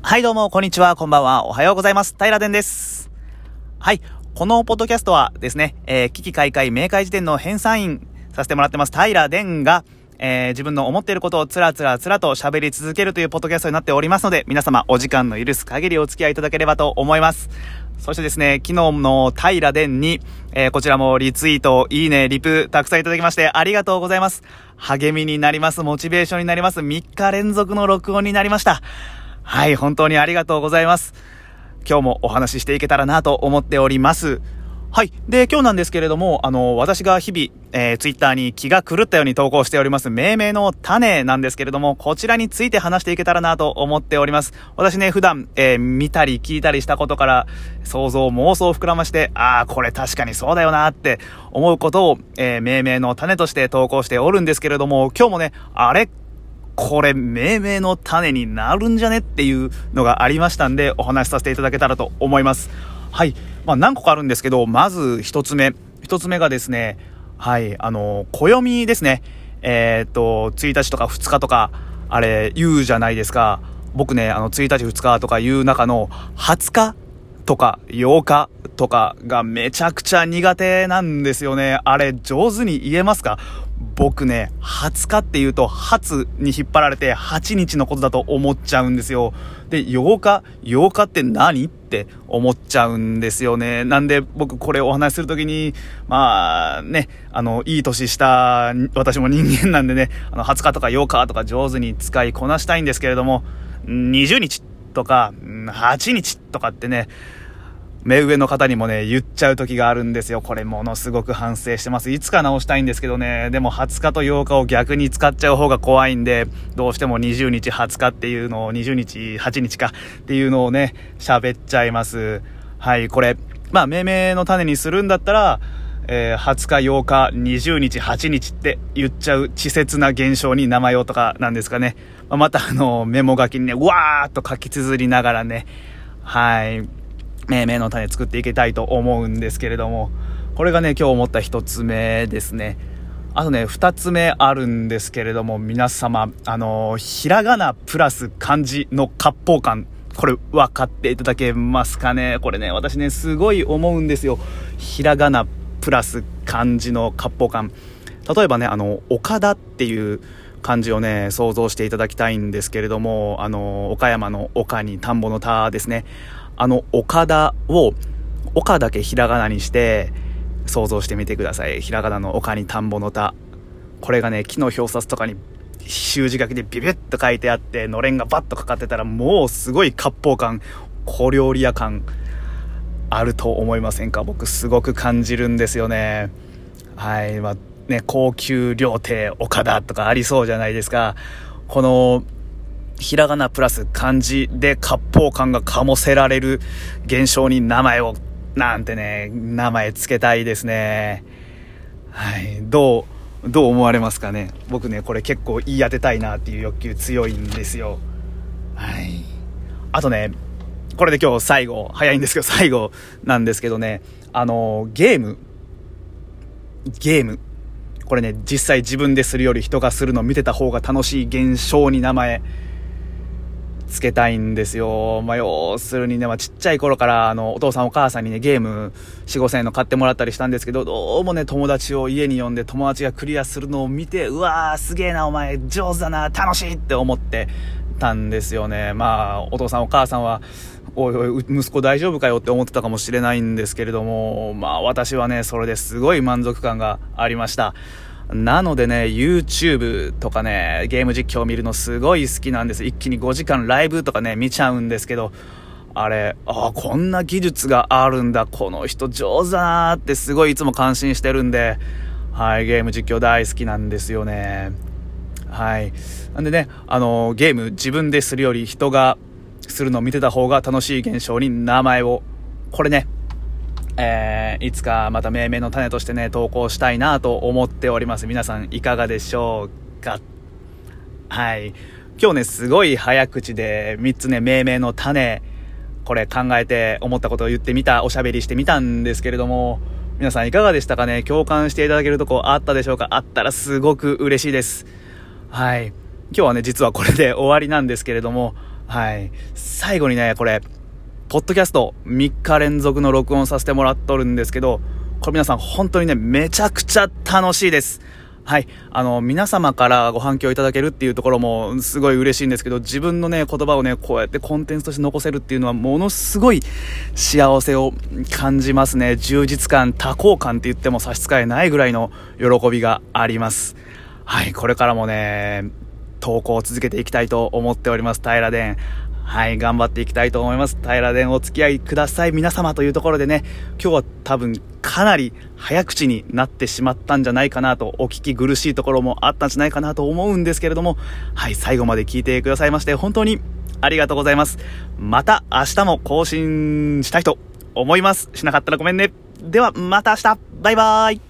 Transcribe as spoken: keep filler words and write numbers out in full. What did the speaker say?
はいどうもこんにちは、こんばんは、おはようございます。平田です。はい、このポッドキャストはですね、えー、危機開会明快辞典の編纂員させてもらってます平田が、えー、自分の思っていることをつらつらつらと喋り続けるというポッドキャストになっておりますので、皆様お時間の許す限りお付き合いいただければと思います。そしてですね、昨日の平田に、えー、こちらもリツイート、いいね、リプたくさんいただきましてありがとうございます。励みになります、モチベーションになります。みっか連続の録音になりました。はい、本当にありがとうございます。今日もお話ししていけたらなと思っております。はい。で、今日なんですけれども、あの、私が日々、えー、ツイッターに気が狂ったように投稿しております、命名の種なんですけれども、こちらについて話していけたらなと思っております。私ね、普段、えー、見たり聞いたりしたことから、想像、妄想を膨らまして、ああ、これ確かにそうだよなって思うことを、えー、命名の種として投稿しておるんですけれども、今日もね、あれこれ命名の種になるんじゃねっていうのがありましたんで、お話しさせていただけたらと思います。はい。まあ何個かあるんですけど、まず一つ目。一つ目がですね、はい、あの、暦ですね。えー、っと、ついたちとかふつかとか、あれ言うじゃないですか。僕ね、あの、ついたちふつかとか言う中のはつかとかようかとかがめちゃくちゃ苦手なんですよね。あれ上手に言えますか？僕ね、はつかって言うと初に引っ張られてはちにちのことだと思っちゃうんですよ。で、ようかようかって何って思っちゃうんですよね。なんで僕これお話しするときに、まあね、あのいい年した私も人間なんでね、あのはつかとかようかとか上手に使いこなしたいんですけれども、にじゅうにちとかはちにちとかってね、目上の方にもね言っちゃう時があるんですよ。これものすごく反省してます。いつか直したいんですけどね、でもはつかとようかを逆に使っちゃう方が怖いんで、どうしてもにじゅうにちはつかっていうのをにじゅうにちはちにちかっていうのをね喋っちゃいます。はい、これまあ命名の種にするんだったら、えー、はつかようかにじゅうにちはちにちって言っちゃう稚拙な現象に名前をとかなんですかね。まあ、またあのメモ書きにねわーっと書き綴りながらね、はい命名の種作っていきたいと思うんですけれども、これがね今日思った一つ目ですね。あとね二つ目あるんですけれども、皆様あのひらがなプラス漢字の割烹感、これ分かっていただけますかね。これね私ねすごい思うんですよ。ひらがなプラス漢字の割烹感。例えばねあの岡田っていう漢字をね想像していただきたいんですけれども、あの岡山の岡に田んぼの田ですね。あの岡田を岡だけひらがなにして想像してみてください。ひらがなの岡に田んぼの田、これがね木の表札とかに習字書きでビビッと書いてあってのれんがバッとかかってたら、もうすごい割烹感、小料理屋感あると思いませんか？僕すごく感じるんですよね。はい、まあね、高級料亭岡田とかありそうじゃないですか。このひらがなプラス漢字で割烹感が醸せられる現象に名前をなんてね名前つけたいですね。はい、どうどう思われますかね。僕ねこれ結構言い当てたいなっていう欲求強いんですよ。はい。あとねこれで今日最後早いんですけど最後なんですけどね、あのゲームゲームこれね実際自分でするより人がするのを見てた方が楽しい現象に名前つけたいんですよ。まあ、要するにね、まあ、ちっちゃい頃からあのお父さんお母さんにねゲーム よん、ごせんえんの買ってもらったりしたんですけど、どうもね友達を家に呼んで友達がクリアするのを見て、うわーすげえなお前上手だな楽しいって思ってたんですよね。まあお父さんお母さんはおいおい息子大丈夫かよって思ってたかもしれないんですけれども、まあ私はねそれですごい満足感がありました。なのでね YouTube とかねゲーム実況を見るのすごい好きなんです。一気にごじかんライブとかね見ちゃうんですけど、あれあこんな技術があるんだ、この人上手だなってすごいいつも感心してるんで、はいゲーム実況大好きなんですよね。はいなんでねあのゲーム自分でするより人がするのを見てた方が楽しい現象に名前を、これねえー、いつかまた命名の種としてね投稿したいなと思っております。皆さんいかがでしょうか？はい今日ねすごい早口でみっつね命名の種これ考えて思ったことを言ってみた、おしゃべりしてみたんですけれども、皆さんいかがでしたかね？共感していただけるとこあったでしょうか？あったらすごく嬉しいです。はい今日はね実はこれで終わりなんですけれども、 はい。最後にね、これ、ポッドキャストみっか連続の録音させてもらっとるんですけど、これ皆さん本当にね、めちゃくちゃ楽しいです。はい。あの、皆様からご反響いただけるっていうところもすごい嬉しいんですけど、自分のね、言葉をね、こうやってコンテンツとして残せるっていうのはものすごい幸せを感じますね。充実感、多幸感って言っても差し支えないぐらいの喜びがあります。はい。これからもね、投稿を続けていきたいと思っております。平田。はい、頑張っていきたいと思います。平田お付き合いください皆様というところでね、今日は多分かなり早口になってしまったんじゃないかなと、お聞き苦しいところもあったんじゃないかなと思うんですけれども、はい、最後まで聞いてくださいまして本当にありがとうございます。また明日も更新したいと思います。しなかったらごめんね。ではまた明日。バイバーイ。